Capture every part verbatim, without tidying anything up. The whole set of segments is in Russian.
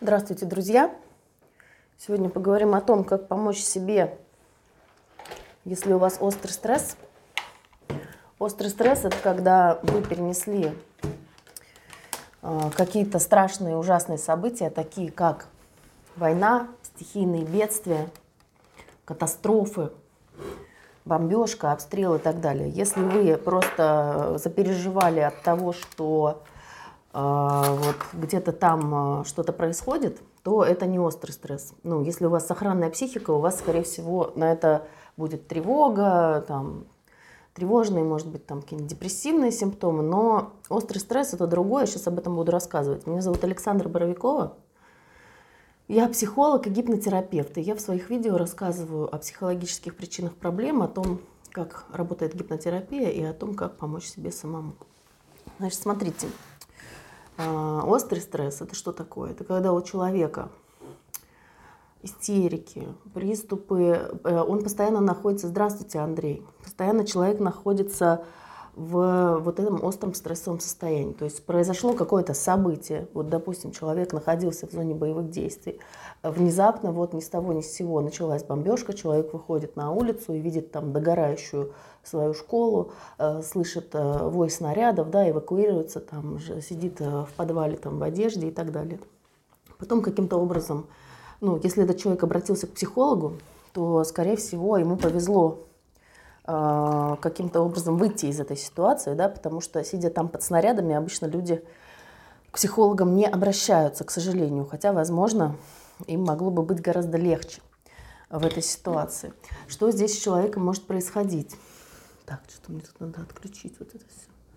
Здравствуйте, друзья! Сегодня поговорим о том, как помочь себе, если у вас острый стресс. Острый стресс – это когда вы перенесли э, какие-то страшные, ужасные события, такие как война, стихийные бедствия, катастрофы, бомбежка, обстрел и так далее. Если вы просто запереживали от того, что вот где-то там что-то происходит, то это не острый стресс. Ну, если у вас сохранная психика, у вас, скорее всего, на это будет тревога, там, тревожные, может быть, там какие-нибудь депрессивные симптомы, но острый стресс – это другое, я сейчас об этом буду рассказывать. Меня зовут Александра Боровикова, я психолог и гипнотерапевт, и я в своих видео рассказываю о психологических причинах проблем, о том, как работает гипнотерапия и о том, как помочь себе самому. Значит, смотрите. Острый стресс – это что такое? Это когда у человека истерики, приступы, он постоянно находится, здравствуйте, Андрей, постоянно человек находится в вот этом остром стрессовом состоянии. То есть произошло какое-то событие, вот, допустим, человек находился в зоне боевых действий, внезапно, вот ни с того ни с сего началась бомбежка, человек выходит на улицу и видит там догорающую свою школу, э, слышит э, вой снарядов, да, эвакуируется, там, сидит э, в подвале там, в одежде и так далее. Потом каким-то образом, ну, если этот человек обратился к психологу, то, скорее всего, ему повезло э, каким-то образом выйти из этой ситуации, да, потому что, сидя там под снарядами, обычно люди к психологам не обращаются, к сожалению, хотя, возможно, им могло бы быть гораздо легче в этой ситуации. Что здесь с человеком может происходить? Так, что мне тут надо отключить вот это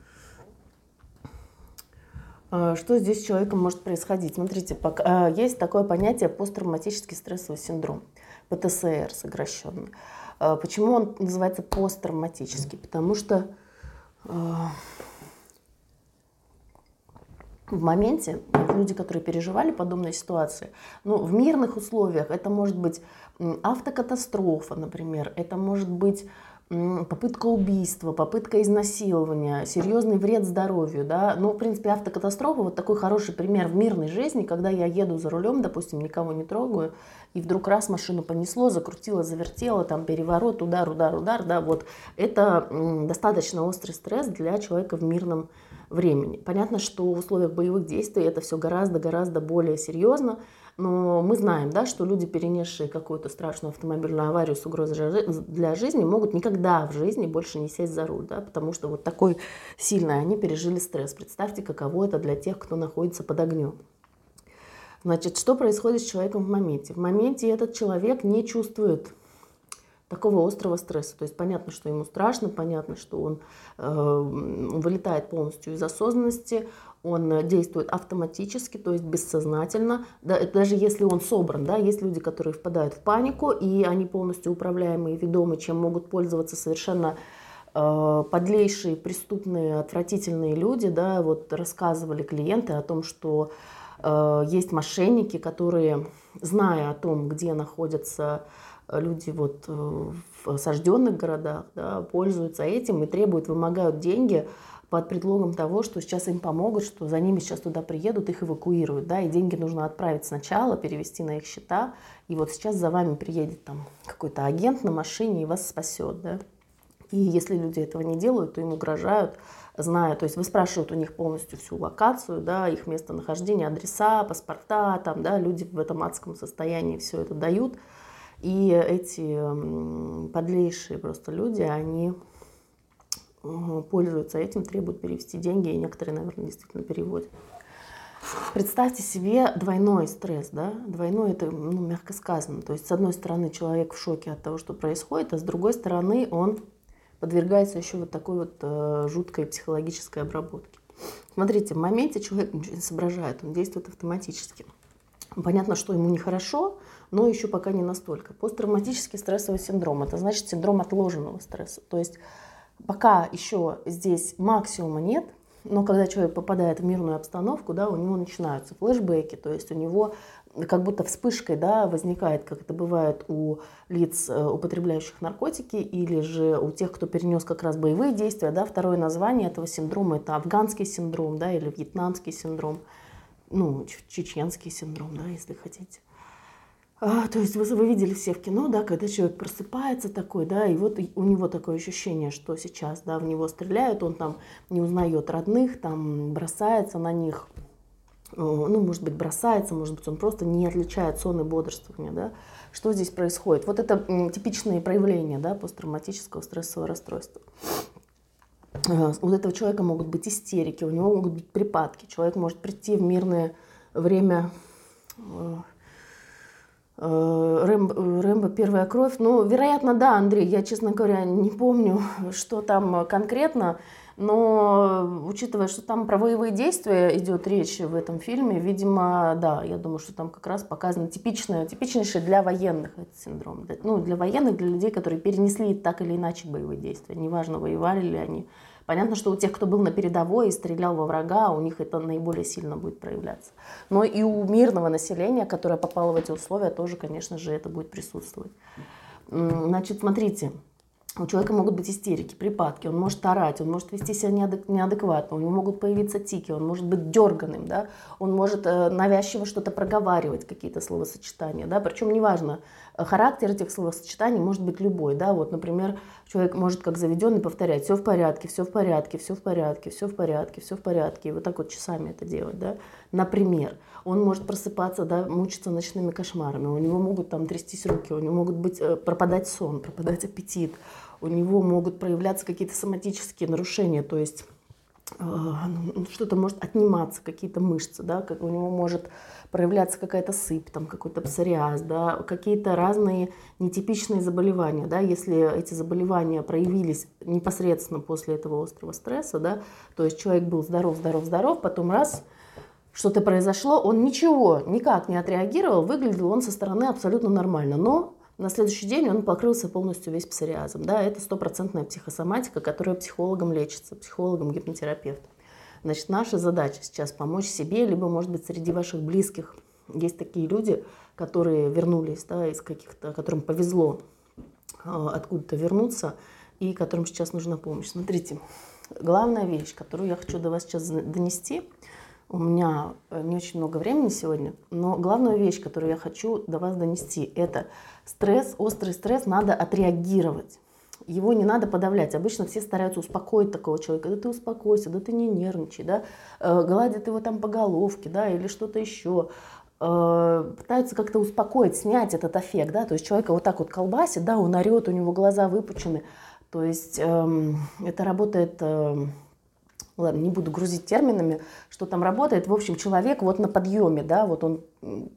все. Что здесь с человеком может происходить? Смотрите, пока, есть такое понятие посттравматический стрессовый синдром, пэ тэ эс эр сокращенно. Почему он называется посттравматический? Потому что в моменте люди, которые переживали подобные ситуации, ну, в мирных условиях это может быть автокатастрофа, например, это может быть попытка убийства, попытка изнасилования, серьезный вред здоровью, да, ну, в принципе, автокатастрофа, вот такой хороший пример в мирной жизни, когда я еду за рулем, допустим, никого не трогаю, и вдруг раз машину понесло, закрутило, завертело, там, переворот, удар, удар, удар, да, вот, это достаточно острый стресс для человека в мирном времени. Понятно, что в условиях боевых действий это все гораздо-гораздо более серьезно, но мы знаем, да, что люди, перенесшие какую-то страшную автомобильную аварию с угрозой для жизни, могут никогда в жизни больше не сесть за руль, да, потому что вот такой сильный они пережили стресс. Представьте, каково это для тех, кто находится под огнем. Значит, что происходит с человеком в моменте? В моменте этот человек не чувствует такого острого стресса. То есть понятно, что ему страшно, понятно, что он э, вылетает полностью из осознанности, он действует автоматически, то есть бессознательно. Да, даже если он собран, да, есть люди, которые впадают в панику, и они полностью управляемые, ведомы, чем могут пользоваться совершенно э, подлейшие, преступные, отвратительные люди. Да, вот рассказывали клиенты о том, что э, есть мошенники, которые, зная о том, где находятся люди вот в осажденных городах, да, пользуются этим и требуют, вымогают деньги под предлогом того, что сейчас им помогут, что за ними сейчас туда приедут, их эвакуируют, да, и деньги нужно отправить сначала, перевести на их счета, и вот сейчас за вами приедет там какой-то агент на машине и вас спасет, да. И если люди этого не делают, то им угрожают, зная, то есть вы спрашивают у них полностью всю локацию, да, их местонахождение, адреса, паспорта, там, да, люди в этом адском состоянии все это дают. И эти подлейшие просто люди, они пользуются этим, требуют перевести деньги, и некоторые, наверное, действительно переводят. Представьте себе двойной стресс, да? Двойной, это, ну, мягко сказано. То есть, с одной стороны, человек в шоке от того, что происходит, а с другой стороны, он подвергается еще вот такой вот э, жуткой психологической обработке. Смотрите, в моменте человек ничего не соображает, он действует автоматически. Понятно, что ему нехорошо, но еще пока не настолько. Посттравматический стрессовый синдром – это значит синдром отложенного стресса. То есть пока еще здесь максимума нет, но когда человек попадает в мирную обстановку, да, у него начинаются флешбеки, то есть у него как будто вспышкой, да, возникает, как это бывает у лиц, употребляющих наркотики, или же у тех, кто перенес как раз боевые действия. Да, второе название этого синдрома – это афганский синдром, да, или вьетнамский синдром. ну, чеченский синдром, да, если хотите. А, то есть вы, вы видели все в кино, да, когда человек просыпается такой, да, и вот у него такое ощущение, что сейчас, да, в него стреляют, он там не узнает родных, там бросается на них, ну, может быть, бросается, может быть, он просто не отличает сон и бодрствование, да. Что здесь происходит? Вот это типичные проявления, да, посттравматического стрессового расстройства. У этого человека могут быть истерики, у него могут быть припадки, человек может прийти в мирное время. Рэмбо, Рэмбо «Первая кровь». Ну, вероятно, да, Андрей, я, честно говоря, не помню, что там конкретно, но учитывая, что там про боевые действия идет речь в этом фильме, видимо, да, я думаю, что там как раз показано типичное, типичнейший для военных этот синдром. Ну, для военных, для людей, которые перенесли так или иначе боевые действия, неважно, воевали ли они. Понятно, что у тех, кто был на передовой и стрелял во врага, у них это наиболее сильно будет проявляться. Но и у мирного населения, которое попало в эти условия, тоже, конечно же, это будет присутствовать. Значит, смотрите, у человека могут быть истерики, припадки, он может орать, он может вести себя неадекватно, у него могут появиться тики, он может быть дерганым, да? Он может навязчиво что-то проговаривать, какие-то словосочетания, да? Причем неважно, характер этих словосочетаний может быть любой, да? Вот, например, человек может как заведенный повторять: все в порядке, все в порядке, все в порядке, все в порядке, все в порядке, и вот так вот часами это делать, да? Например, он может просыпаться, да, мучиться ночными кошмарами, у него могут там трястись руки, у него могут быть, пропадать сон, пропадать аппетит, у него могут проявляться какие-то соматические нарушения, то есть э, что-то может отниматься, какие-то мышцы, да, как у него может проявляться какая-то сыпь, там какой-то псориаз, да, какие-то разные нетипичные заболевания, да, если эти заболевания проявились непосредственно после этого острого стресса, да, то есть человек был здоров, здоров, здоров, потом раз что-то произошло, он ничего, никак не отреагировал, выглядел он со стороны абсолютно нормально, но на следующий день он покрылся полностью весь псориазом. Да, это стопроцентная психосоматика, которая психологом лечится, психологом, гипнотерапевтом. Значит, наша задача сейчас помочь себе, либо, может быть, среди ваших близких есть такие люди, которые вернулись, да, из каких-то, которым повезло откуда-то вернуться, и которым сейчас нужна помощь. Смотрите, главная вещь, которую я хочу до вас сейчас донести, у меня не очень много времени сегодня, но главная вещь, которую я хочу до вас донести, это стресс, острый стресс надо отреагировать. Его не надо подавлять. Обычно все стараются успокоить такого человека. Да ты успокойся, да ты не нервничай, да, гладят его там по головке, да, или что-то еще. Пытаются как-то успокоить, снять этот эффект, да, то есть человека вот так вот колбасит, да, он орет, у него глаза выпучены. То есть эм, это работает... Эм, Ладно, не буду грузить терминами, что там работает. В общем, человек вот на подъеме, да, вот он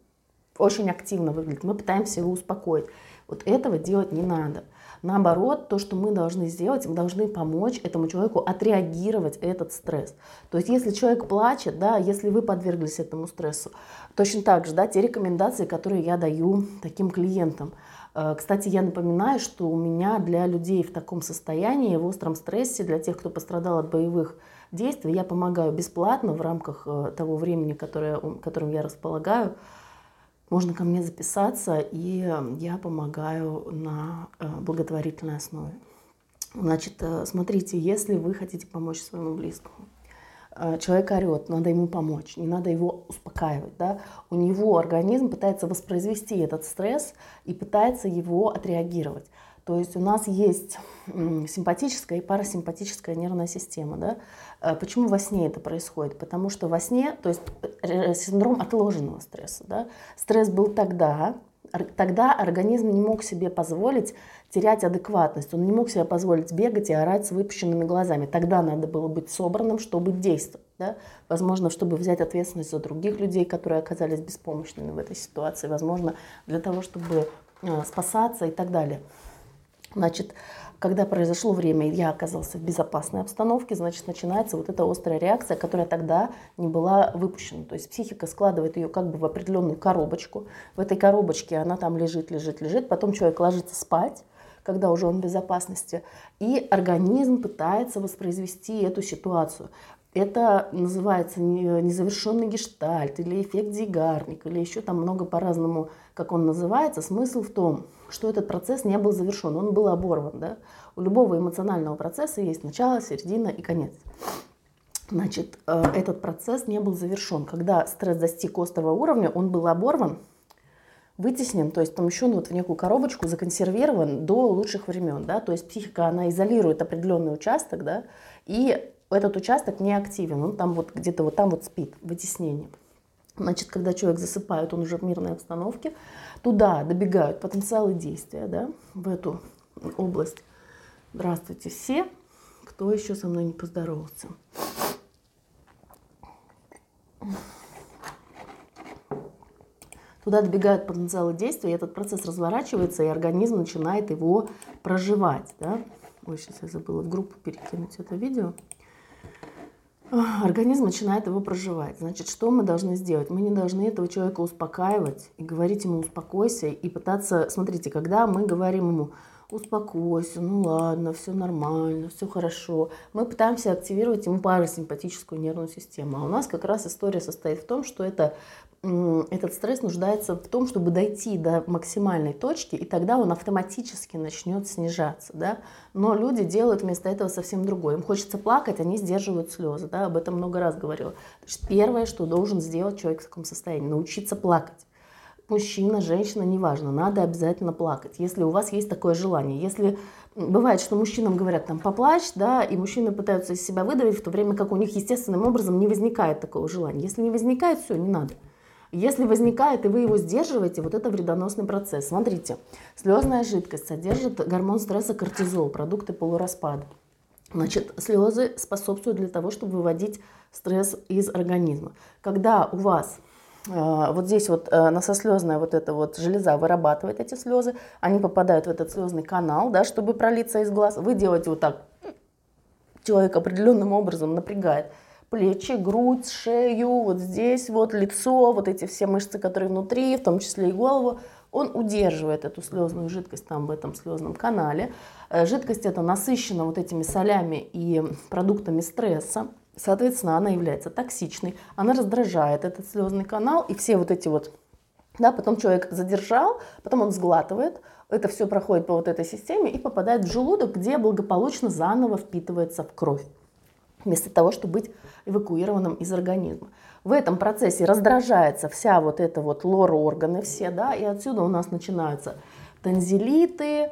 очень активно выглядит. Мы пытаемся его успокоить. Вот этого делать не надо. Наоборот, то, что мы должны сделать, мы должны помочь этому человеку отреагировать этот стресс. То есть, если человек плачет, да, если вы подверглись этому стрессу, точно так же, да, те рекомендации, которые я даю таким клиентам. Кстати, я напоминаю, что у меня для людей в таком состоянии, в остром стрессе, для тех, кто пострадал от боевых действий, я помогаю бесплатно в рамках того времени, которое, которым я располагаю. Можно ко мне записаться, и я помогаю на благотворительной основе. Значит, смотрите, если вы хотите помочь своему близкому, человек орет, надо ему помочь, не надо его успокаивать. Да? У него организм пытается воспроизвести этот стресс и пытается его отреагировать. То есть у нас есть симпатическая и парасимпатическая нервная система. Да? Почему во сне это происходит? Потому что во сне, то есть синдром отложенного стресса. Да? Стресс был тогда, тогда организм не мог себе позволить терять адекватность, он не мог себе позволить бегать и орать с выпущенными глазами. Тогда надо было быть собранным, чтобы действовать. Да? Возможно, чтобы взять ответственность за других людей, которые оказались беспомощными в этой ситуации. Возможно, для того, чтобы спасаться и так далее. Значит, когда произошло время, и я оказался в безопасной обстановке, значит, начинается вот эта острая реакция, которая тогда не была выпущена. То есть психика складывает ее как бы в определенную коробочку. В этой коробочке она там лежит, лежит, лежит. Потом человек ложится спать, когда уже он в безопасности, и организм пытается воспроизвести эту ситуацию. Это называется незавершенный гештальт или эффект Зейгарник, или еще там много по-разному, как он называется. Смысл в том, что этот процесс не был завершен, он был оборван. Да? У любого эмоционального процесса есть начало, середина и конец. Значит, этот процесс не был завершен. Когда стресс достиг острого уровня, он был оборван, вытеснен, то есть помещен вот в некую коробочку, законсервирован до лучших времен. Да? То есть психика, она изолирует определенный участок, да, и этот участок не активен, он там вот где-то вот там вот спит, вытеснение. Значит, когда человек засыпает, он уже в мирной обстановке, туда добегают потенциалы действия, да, в эту область. Здравствуйте все, кто еще со мной не поздоровался. Туда добегают потенциалы действия, и этот процесс разворачивается, и организм начинает его проживать. Да? Ой, сейчас я забыла в группу перекинуть это видео. Организм начинает его проживать. Значит, что мы должны сделать? Мы не должны этого человека успокаивать и говорить ему «успокойся», и пытаться... Смотрите, когда мы говорим ему «успокойся, ну ладно, все нормально, все хорошо», мы пытаемся активировать ему парасимпатическую нервную систему. А у нас как раз история состоит в том, что это, этот стресс нуждается в том, чтобы дойти до максимальной точки, и тогда он автоматически начнет снижаться. Да? Но люди делают вместо этого совсем другое. Им хочется плакать, они сдерживают слезы. Да? Об этом много раз говорила. Значит, первое, что должен сделать человек в таком состоянии, научиться плакать. Мужчина, женщина, неважно, надо обязательно плакать, если у вас есть такое желание. Если бывает, что мужчинам говорят там поплачь, да, и мужчины пытаются из себя выдавить, в то время как у них естественным образом не возникает такого желания. Если не возникает, все, не надо. Если возникает, и вы его сдерживаете, вот это вредоносный процесс. Смотрите, слезная жидкость содержит гормон стресса кортизол, продукты полураспада. Значит, слезы способствуют для того, чтобы выводить стресс из организма. Когда у вас вот здесь вот насослезная вот эта вот железа вырабатывает эти слезы, они попадают в этот слезный канал, да, чтобы пролиться из глаз. Вы делаете вот так, человек определенным образом напрягает плечи, грудь, шею, вот здесь вот лицо, вот эти все мышцы, которые внутри, в том числе и голову. Он удерживает эту слезную жидкость там в этом слезном канале. Жидкость эта насыщена вот этими солями и продуктами стресса. Соответственно, она является токсичной, она раздражает этот слезный канал, и все вот эти вот, да, потом человек задержал, потом он сглатывает, это все проходит по вот этой системе и попадает в желудок, где благополучно заново впитывается в кровь, вместо того, чтобы быть эвакуированным из организма. В этом процессе раздражается вся вот эта вот лор-органы все, да, и отсюда у нас начинаются танзелиты,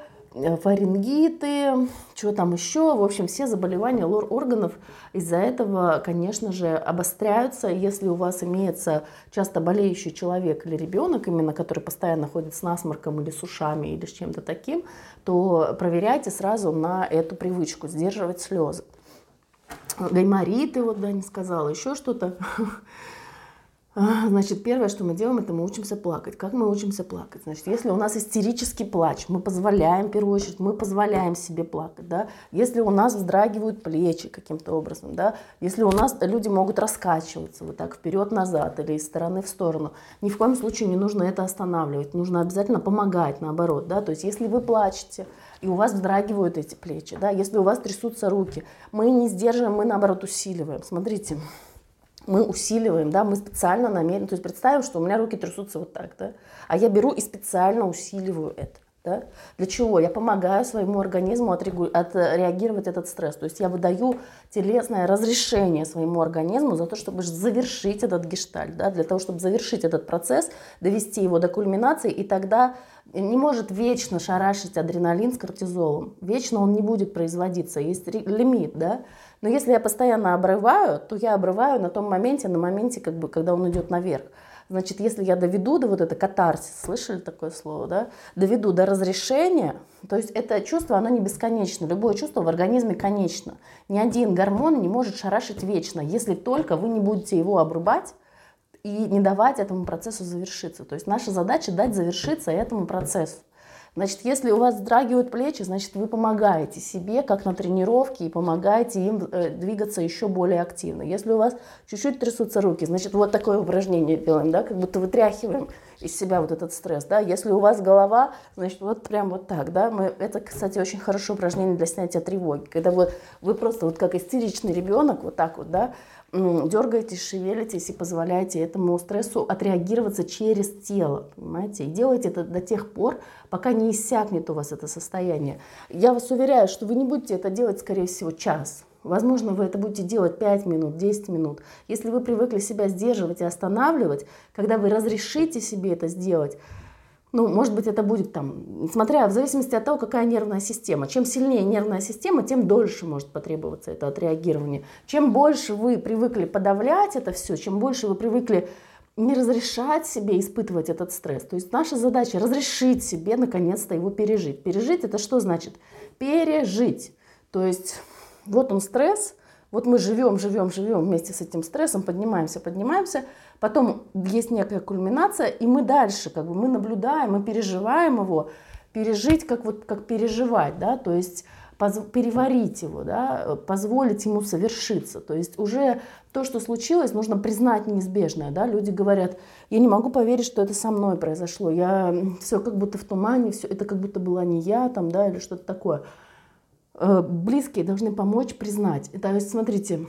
фарингиты, что там еще, в общем, все заболевания лор-органов из-за этого, конечно же, обостряются. Если у вас имеется часто болеющий человек или ребенок, именно который постоянно ходит с насморком или с ушами или с чем-то таким, то проверяйте сразу на эту привычку сдерживать слезы. Гаймориты, вот Даня сказала, еще что-то. Значит, первое, что мы делаем, это мы учимся плакать. Как мы учимся плакать? Значит, если у нас истерический плач, мы позволяем, в первую очередь, мы позволяем себе плакать, да? Если у нас вздрагивают плечи каким-то образом, да? Если у нас люди могут раскачиваться вот так вперед-назад или из стороны в сторону, ни в коем случае не нужно это останавливать, нужно обязательно помогать, наоборот, да? То есть, если вы плачете, и у вас вздрагивают эти плечи, да? Если у вас трясутся руки, мы не сдерживаем, мы, наоборот, усиливаем. Смотрите. Мы усиливаем, да, мы специально намеренно, то есть представим, что у меня руки трясутся вот так, да, а я беру и специально усиливаю это, да. Для чего? Я помогаю своему организму отрегу... отреагировать этот стресс, то есть я выдаю телесное разрешение своему организму за то, чтобы завершить этот гештальт, да, для того, чтобы завершить этот процесс, довести его до кульминации, и тогда не может вечно шарашить адреналин с кортизолом, вечно он не будет производиться, есть лимит, да. Но если я постоянно обрываю, то я обрываю на том моменте, на моменте, как бы, когда он идет наверх. Значит, если я доведу до вот это катарсис, слышали такое слово, да? Доведу до разрешения, то есть это чувство, оно не бесконечно. Любое чувство в организме конечно. Ни один гормон не может шарашить вечно, если только вы не будете его обрубать и не давать этому процессу завершиться. То есть наша задача дать завершиться этому процессу. Значит, если у вас вздрагивают плечи, значит, вы помогаете себе, как на тренировке, и помогаете им двигаться еще более активно. Если у вас чуть-чуть трясутся руки, значит, вот такое упражнение делаем, да, как будто вытряхиваем из себя вот этот стресс, да. Если у вас голова, значит, вот прям вот так, да. Мы, это, кстати, очень хорошее упражнение для снятия тревоги. Когда вот вы просто вот как истеричный ребенок, вот так вот, да, дергаетесь, шевелитесь и позволяете этому стрессу отреагироваться через тело, понимаете? И делайте это до тех пор, пока не иссякнет у вас это состояние. Я вас уверяю, что вы не будете это делать, скорее всего, час. Возможно, вы это будете делать пять минут, десять минут. Если вы привыкли себя сдерживать и останавливать, когда вы разрешите себе это сделать, ну, может быть, это будет там, смотря в зависимости от того, какая нервная система. Чем сильнее нервная система, тем дольше может потребоваться это отреагирование. Чем больше вы привыкли подавлять это все, чем больше вы привыкли не разрешать себе испытывать этот стресс. То есть наша задача разрешить себе наконец-то его пережить. Пережить — это что значит? Пережить. То есть вот он стресс, вот мы живем, живем, живем вместе с этим стрессом, поднимаемся, поднимаемся, потом есть некая кульминация, и мы дальше, как бы мы наблюдаем, мы переживаем его, пережить, как вот как переживать, да, то есть поз- переварить его, да, позволить ему совершиться. То есть уже то, что случилось, нужно признать неизбежное, да. Люди говорят: я не могу поверить, что это со мной произошло, я все как будто в тумане, все это как будто была не я, там, да, или что-то такое. Близкие должны помочь признать. То есть, смотрите,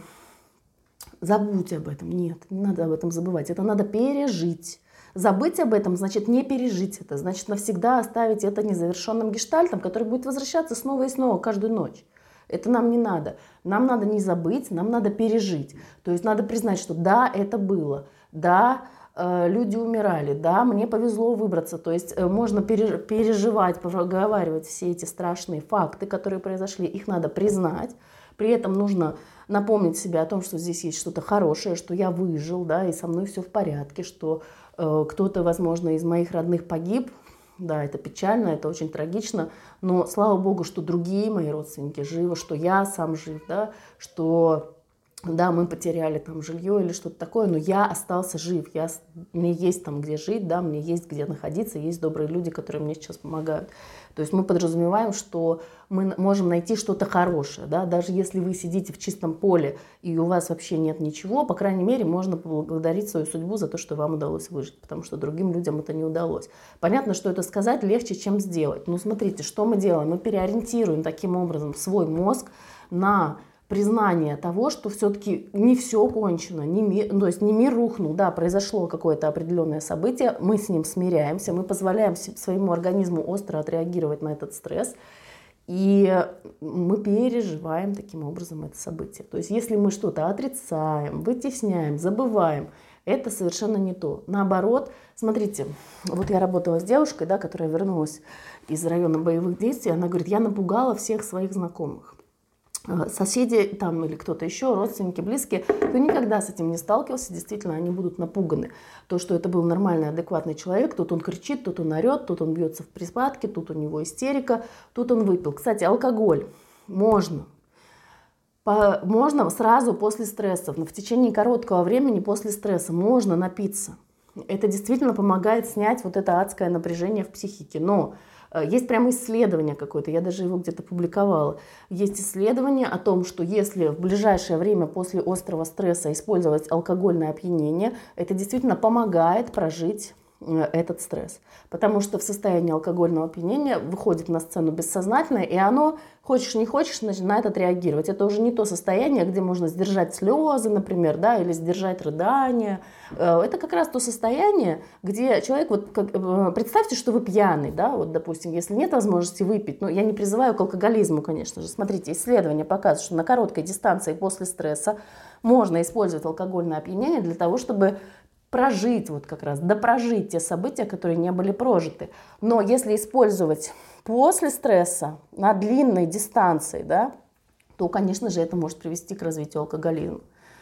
забудьте об этом. Нет, не надо об этом забывать. Это надо пережить. Забыть об этом значит не пережить это. Значит навсегда оставить это незавершенным гештальтом, который будет возвращаться снова и снова каждую ночь. Это нам не надо. Нам надо не забыть, нам надо пережить. То есть надо признать, что да, это было. Да, люди умирали, да, мне повезло выбраться. То есть можно переживать, проговаривать все эти страшные факты, которые произошли, их надо признать. При этом нужно напомнить себе о том, что здесь есть что-то хорошее, что я выжил, да, и со мной все в порядке, что э, кто-то, возможно, из моих родных погиб. Да, это печально, это очень трагично, но слава богу, что другие мои родственники живы, что я сам жив, да, что... Да, мы потеряли там жилье или что-то такое, но я остался жив, я, мне есть там где жить, да, мне есть где находиться, есть добрые люди, которые мне сейчас помогают. То есть мы подразумеваем, что мы можем найти что-то хорошее, да, даже если вы сидите в чистом поле и у вас вообще нет ничего, по крайней мере, можно поблагодарить свою судьбу за то, что вам удалось выжить, потому что другим людям это не удалось. Понятно, что это сказать легче, чем сделать. Ну, смотрите, что мы делаем? Мы переориентируем таким образом свой мозг на признание того, что все-таки не все кончено, не мир, то есть не мир рухнул, да, произошло какое-то определенное событие, мы с ним смиряемся, мы позволяем своему организму остро отреагировать на этот стресс, и мы переживаем таким образом это событие. То есть если мы что-то отрицаем, вытесняем, забываем, это совершенно не то. Наоборот, смотрите, вот я работала с девушкой, да, которая вернулась из района боевых действий, она говорит: я напугала всех своих знакомых. Соседи там или кто-то еще, родственники, близкие, кто никогда с этим не сталкивался, действительно, они будут напуганы. То, что это был нормальный, адекватный человек, тут он кричит, тут он орет, тут он бьется в припадке, тут у него истерика, тут он выпил. Кстати, алкоголь можно. По, можно сразу после стресса, но в течение короткого времени после стресса можно напиться. Это действительно помогает снять вот это адское напряжение в психике. Но есть прямо исследование какое-то, я даже его где-то публиковала. Есть исследование о том, что если в ближайшее время после острого стресса использовать алкогольное опьянение, это действительно помогает прожить этот стресс. Потому что в состоянии алкогольного опьянения выходит на сцену бессознательное, и оно, хочешь не хочешь, начинает отреагировать. Это уже не то состояние, где можно сдержать слезы, например, да, или сдержать рыдания. Это как раз то состояние, где человек, вот как, представьте, что вы пьяный, да, вот, допустим, если нет возможности выпить, но я не призываю к алкоголизму, конечно же. Смотрите, исследования показывают, что на короткой дистанции после стресса можно использовать алкогольное опьянение для того, чтобы прожить, вот как раз, допрожить те события, которые не были прожиты. Но если использовать после стресса на длинной дистанции, да, то, конечно же, это может привести к развитию алкоголизма.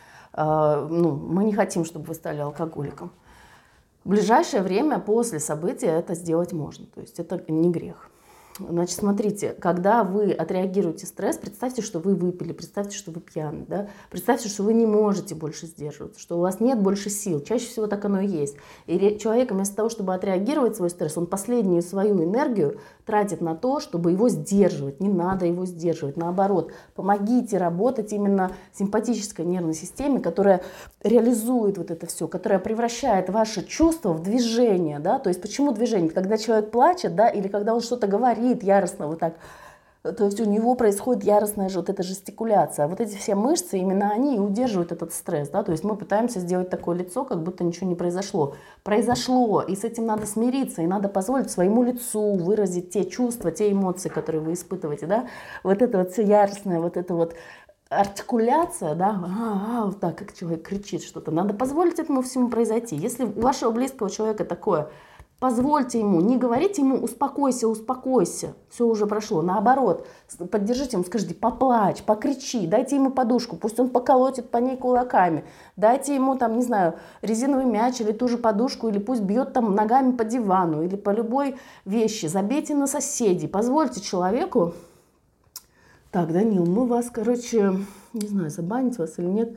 А, ну, мы не хотим, чтобы вы стали алкоголиком. В ближайшее время после события это сделать можно, то есть это не грех. Значит, смотрите, когда вы отреагируете стресс, представьте, что вы выпили, представьте, что вы пьяны, да? Представьте, что вы не можете больше сдерживаться, что у вас нет больше сил. Чаще всего так оно и есть. И человек вместо того, чтобы отреагировать свой стресс, он последнюю свою энергию тратит на то, чтобы его сдерживать. Не надо его сдерживать. Наоборот, помогите работать именно симпатической нервной системе, которая реализует вот это все, которая превращает ваши чувства в движение. Да? То есть почему движение? Когда человек плачет, да, или когда он что-то говорит, яростно вот так, то есть у него происходит яростная вот эта жестикуляция. Вот эти все мышцы, именно они и удерживают этот стресс, да, то есть мы пытаемся сделать такое лицо, как будто ничего не произошло. Произошло, и с этим надо смириться, и надо позволить своему лицу выразить те чувства, те эмоции, которые вы испытываете, да, вот это вот все яростное, вот это вот артикуляция, да, а, а, вот так, как человек кричит что-то, надо позволить этому всему произойти. Если у вашего близкого человека такое, позвольте ему, не говорите ему успокойся, успокойся, все уже прошло. Наоборот, поддержите ему, скажите поплачь, покричи, дайте ему подушку, пусть он поколотит по ней кулаками, дайте ему там, не знаю, резиновый мяч или ту же подушку, или пусть бьет там ногами по дивану или по любой вещи, забейте на соседей, позвольте человеку. Так, Данил, мы вас, короче, не знаю, забанить вас или нет.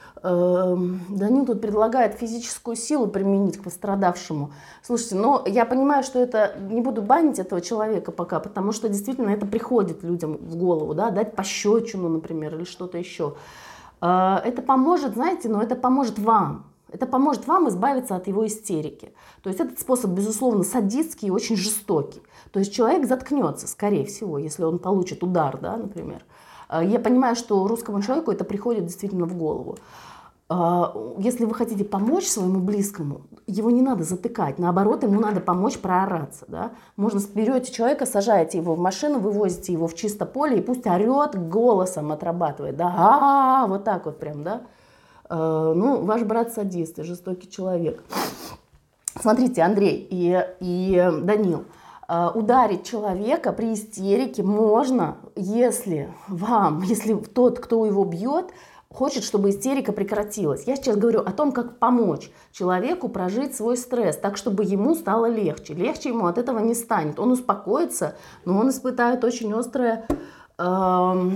Данил тут предлагает физическую силу применить к пострадавшему. Слушайте, ну я понимаю, что это не буду банить этого человека пока, потому что действительно это приходит людям в голову, да, дать пощечину, например, или что-то еще. Это поможет, знаете, но это поможет вам. Это поможет вам избавиться от его истерики. То есть этот способ, безусловно, садистский и очень жестокий. То есть человек заткнется, скорее всего, если он получит удар, да, например. Я понимаю, что русскому человеку это приходит действительно в голову. Если вы хотите помочь своему близкому, его не надо затыкать, наоборот, ему надо помочь проораться. Да? Можно берете человека, сажаете его в машину, вывозите его в чисто поле, и пусть орет, голосом отрабатывает. Да? А-а-а, вот так вот прям, да? Ну, ваш брат садист и жестокий человек. Смотрите, Андрей и, и Данил, ударить человека при истерике можно, если вам, если тот, кто его бьет, хочет, чтобы истерика прекратилась. Я сейчас говорю о том, как помочь человеку прожить свой стресс, так, чтобы ему стало легче. Легче ему от этого не станет. Он успокоится, но он испытает очень острое э,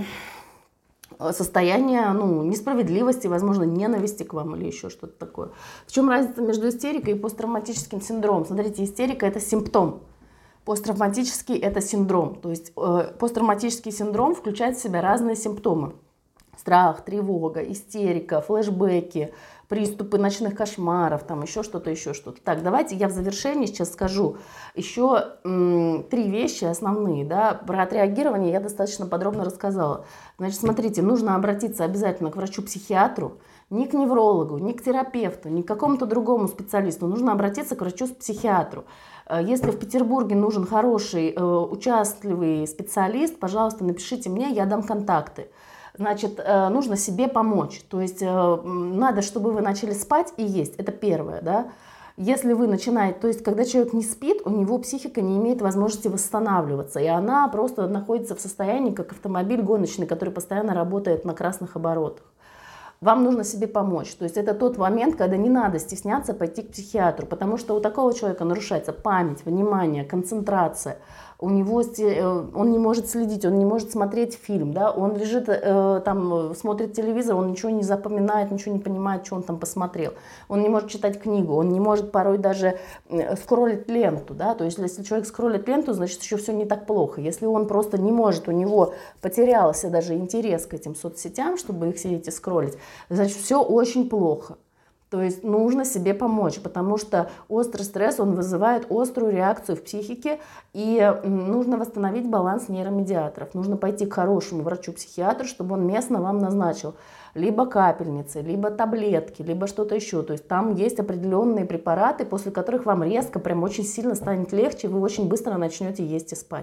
состояние ну, несправедливости, возможно, ненависти к вам или еще что-то такое. В чем разница между истерикой и посттравматическим синдромом? Смотрите, истерика – это симптом. Посттравматический – это синдром. То есть э, посттравматический синдром включает в себя разные симптомы. Страх, тревога, истерика, флешбеки, приступы ночных кошмаров, там еще что-то, еще что-то. Так, давайте я в завершении сейчас скажу еще м, три вещи основные. Да? Про отреагирование я достаточно подробно рассказала. Значит, смотрите, нужно обратиться обязательно к врачу-психиатру, не к неврологу, не к терапевту, не к какому-то другому специалисту. Нужно обратиться к врачу-психиатру. Если в Петербурге нужен хороший, э, участливый специалист, пожалуйста, напишите мне, я дам контакты. Значит, нужно себе помочь. То есть надо, чтобы вы начали спать и есть. Это первое, да. Если вы начинаете, то есть когда человек не спит, у него психика не имеет возможности восстанавливаться. И она просто находится в состоянии, как автомобиль гоночный, который постоянно работает на красных оборотах. Вам нужно себе помочь. То есть это тот момент, когда не надо стесняться пойти к психиатру, потому что у такого человека нарушается память, внимание, концентрация. У него, он не может следить, он не может смотреть фильм, да? Он лежит там, смотрит телевизор, он ничего не запоминает, ничего не понимает, что он там посмотрел. Он не может читать книгу, он не может порой даже скроллить ленту, да? То есть если человек скроллит ленту, значит еще все не так плохо. Если он просто не может, у него потерялся даже интерес к этим соцсетям, чтобы их сидеть и скроллить, значит все очень плохо. То есть нужно себе помочь, потому что острый стресс, он вызывает острую реакцию в психике, и нужно восстановить баланс нейромедиаторов. Нужно пойти к хорошему врачу-психиатру, чтобы он местно вам назначил либо капельницы, либо таблетки, либо что-то еще. То есть там есть определенные препараты, после которых вам резко, прям очень сильно станет легче, и вы очень быстро начнете есть и спать.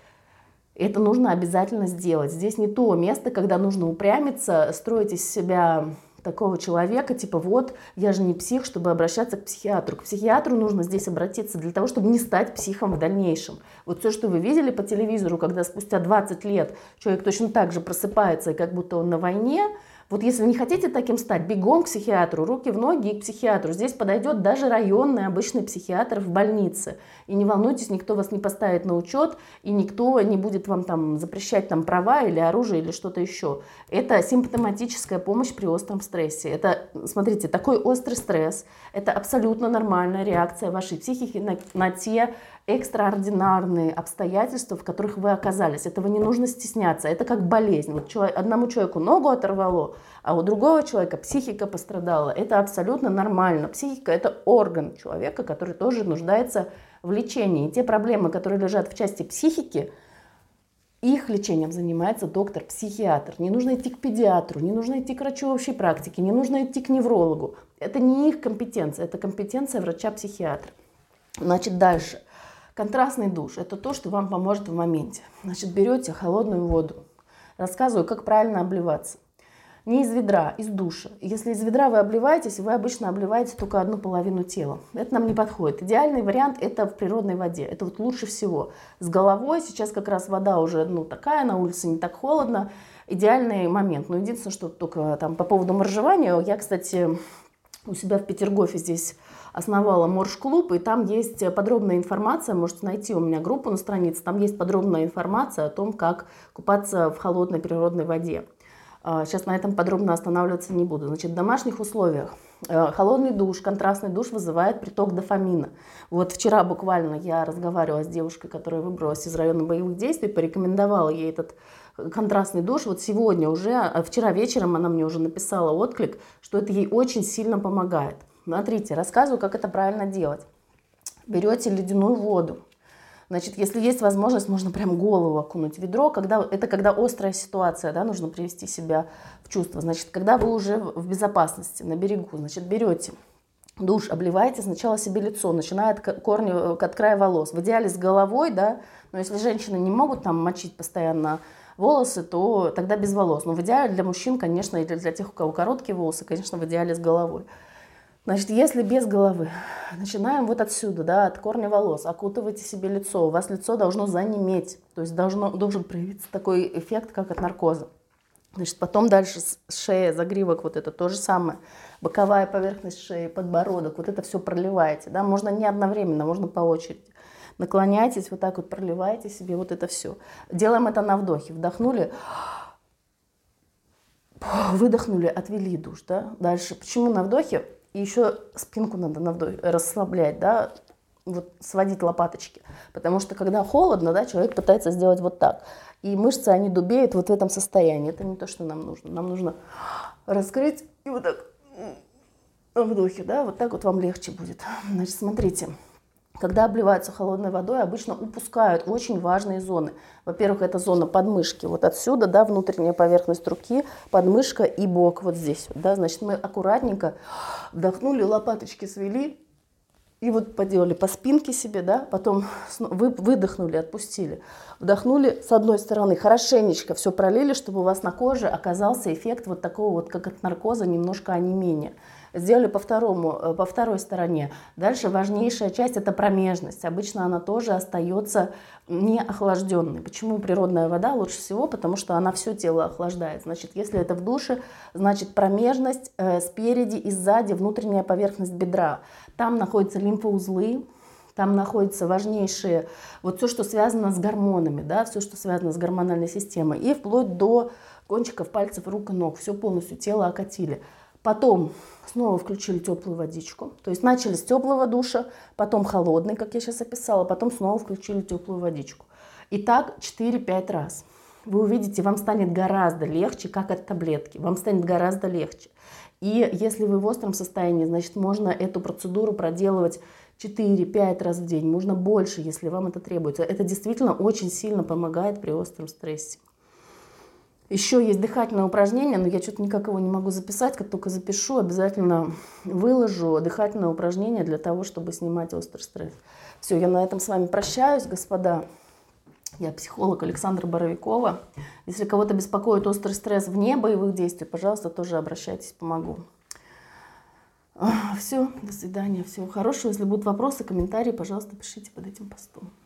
Это нужно обязательно сделать. Здесь не то место, когда нужно упрямиться, строить из себя такого человека, типа вот, я же не псих, чтобы обращаться к психиатру. К психиатру нужно здесь обратиться для того, чтобы не стать психом в дальнейшем. Вот все, что вы видели по телевизору, когда спустя двадцать лет человек точно так же просыпается, и как будто он на войне, вот если не хотите таким стать, бегом к психиатру, руки в ноги и к психиатру. Здесь подойдет даже районный обычный психиатр в больнице. И не волнуйтесь, никто вас не поставит на учет, и никто не будет вам там запрещать там права или оружие или что-то еще. Это симптоматическая помощь при остром стрессе. Это, смотрите, такой острый стресс, это абсолютно нормальная реакция вашей психики на, на те экстраординарные обстоятельства, в которых вы оказались. Этого не нужно стесняться. Это как болезнь. Вот человек, одному человеку ногу оторвало, а у другого человека психика пострадала. Это абсолютно нормально. Психика – это орган человека, который тоже нуждается в лечении. И те проблемы, которые лежат в части психики, их лечением занимается доктор-психиатр. Не нужно идти к педиатру, не нужно идти к врачу общей практики, не нужно идти к неврологу. Это не их компетенция, это компетенция врача-психиатра. Значит, дальше. Контрастный душ – это то, что вам поможет в моменте. Значит, берете холодную воду. Рассказываю, как правильно обливаться. Не из ведра, из душа. Если из ведра вы обливаетесь, вы обычно обливаете только одну половину тела. Это нам не подходит. Идеальный вариант – это в природной воде. Это вот лучше всего. С головой сейчас как раз вода уже ну, такая, на улице не так холодно. Идеальный момент. Но единственное, что только там по поводу моржевания. Я, кстати, у себя в Петергофе здесь основала морж-клуб, и там есть подробная информация, можете найти у меня группу на странице, там есть подробная информация о том, как купаться в холодной природной воде. Сейчас на этом подробно останавливаться не буду. Значит, в домашних условиях холодный душ, контрастный душ вызывает приток дофамина. Вот вчера буквально я разговаривала с девушкой, которая выбралась из района боевых действий, порекомендовала ей этот контрастный душ. Вот сегодня уже, вчера вечером она мне уже написала отклик, что это ей очень сильно помогает. Смотрите, рассказываю, как это правильно делать. Берете ледяную воду. Значит, если есть возможность, можно прям голову окунуть в ведро. Когда, это когда острая ситуация, да, нужно привести себя в чувство. Значит, когда вы уже в безопасности, на берегу, значит, берете душ, обливаете сначала себе лицо, начиная от корня, от края волос. В идеале с головой, да, но если женщины не могут там мочить постоянно волосы, то тогда без волос. Но в идеале для мужчин, конечно, или для тех, у кого короткие волосы, конечно, в идеале с головой. Значит, если без головы, начинаем вот отсюда, да, от корня волос, окутывайте себе лицо, у вас лицо должно занеметь, то есть должно, должен проявиться такой эффект, как от наркоза. Значит, потом дальше шея, загривок, вот это то же самое, боковая поверхность шеи, подбородок, вот это все проливаете, да, можно не одновременно, можно по очереди. Наклоняйтесь, вот так вот проливаете себе вот это все. Делаем это на вдохе, вдохнули, выдохнули, отвели душ, да. Дальше, почему на вдохе? И еще спинку надо на вдохе расслаблять, да, вот сводить лопаточки. Потому что когда холодно, да, человек пытается сделать вот так. И мышцы, они дубеют вот в этом состоянии. Это не то, что нам нужно. Нам нужно раскрыть и вот так на вдохе, да, вот так вот вам легче будет. Значит, смотрите. Когда обливаются холодной водой, обычно упускают очень важные зоны. Во-первых, это зона подмышки. Вот отсюда, да, внутренняя поверхность руки, подмышка и бок вот здесь. Вот, да. Значит, мы аккуратненько вдохнули, лопаточки свели и вот поделали по спинке себе, да, потом вы выдохнули, отпустили. Вдохнули с одной стороны, хорошенечко все пролили, чтобы у вас на коже оказался эффект вот такого вот, как от наркоза, немножко онемения. Сделали по, второму, по второй стороне. Дальше важнейшая часть – это промежность. Обычно она тоже остается не охлажденной. Почему природная вода лучше всего? Потому что она все тело охлаждает. Значит, если это в душе, значит промежность э, спереди и сзади, внутренняя поверхность бедра. Там находятся лимфоузлы, там находятся важнейшие, вот все, что связано с гормонами, да, все, что связано с гормональной системой. И вплоть до кончиков пальцев рук и ног. Все полностью тело окатили. Потом снова включили теплую водичку. То есть начали с теплого душа, потом холодный, как я сейчас описала, потом снова включили теплую водичку. И так четыре-пять раз. Вы увидите, вам станет гораздо легче, как от таблетки. Вам станет гораздо легче. И если вы в остром состоянии, значит, можно эту процедуру проделывать четыре-пять раз в день. Можно больше, если вам это требуется. Это действительно очень сильно помогает при остром стрессе. Еще есть дыхательное упражнение, но я что-то никак его не могу записать. Как только запишу, обязательно выложу дыхательное упражнение для того, чтобы снимать острый стресс. Все, я на этом с вами прощаюсь, господа. Я психолог Александра Боровикова. Если кого-то беспокоит острый стресс вне боевых действий, пожалуйста, тоже обращайтесь, помогу. Все, до свидания, всего хорошего. Если будут вопросы, комментарии, пожалуйста, пишите под этим постом.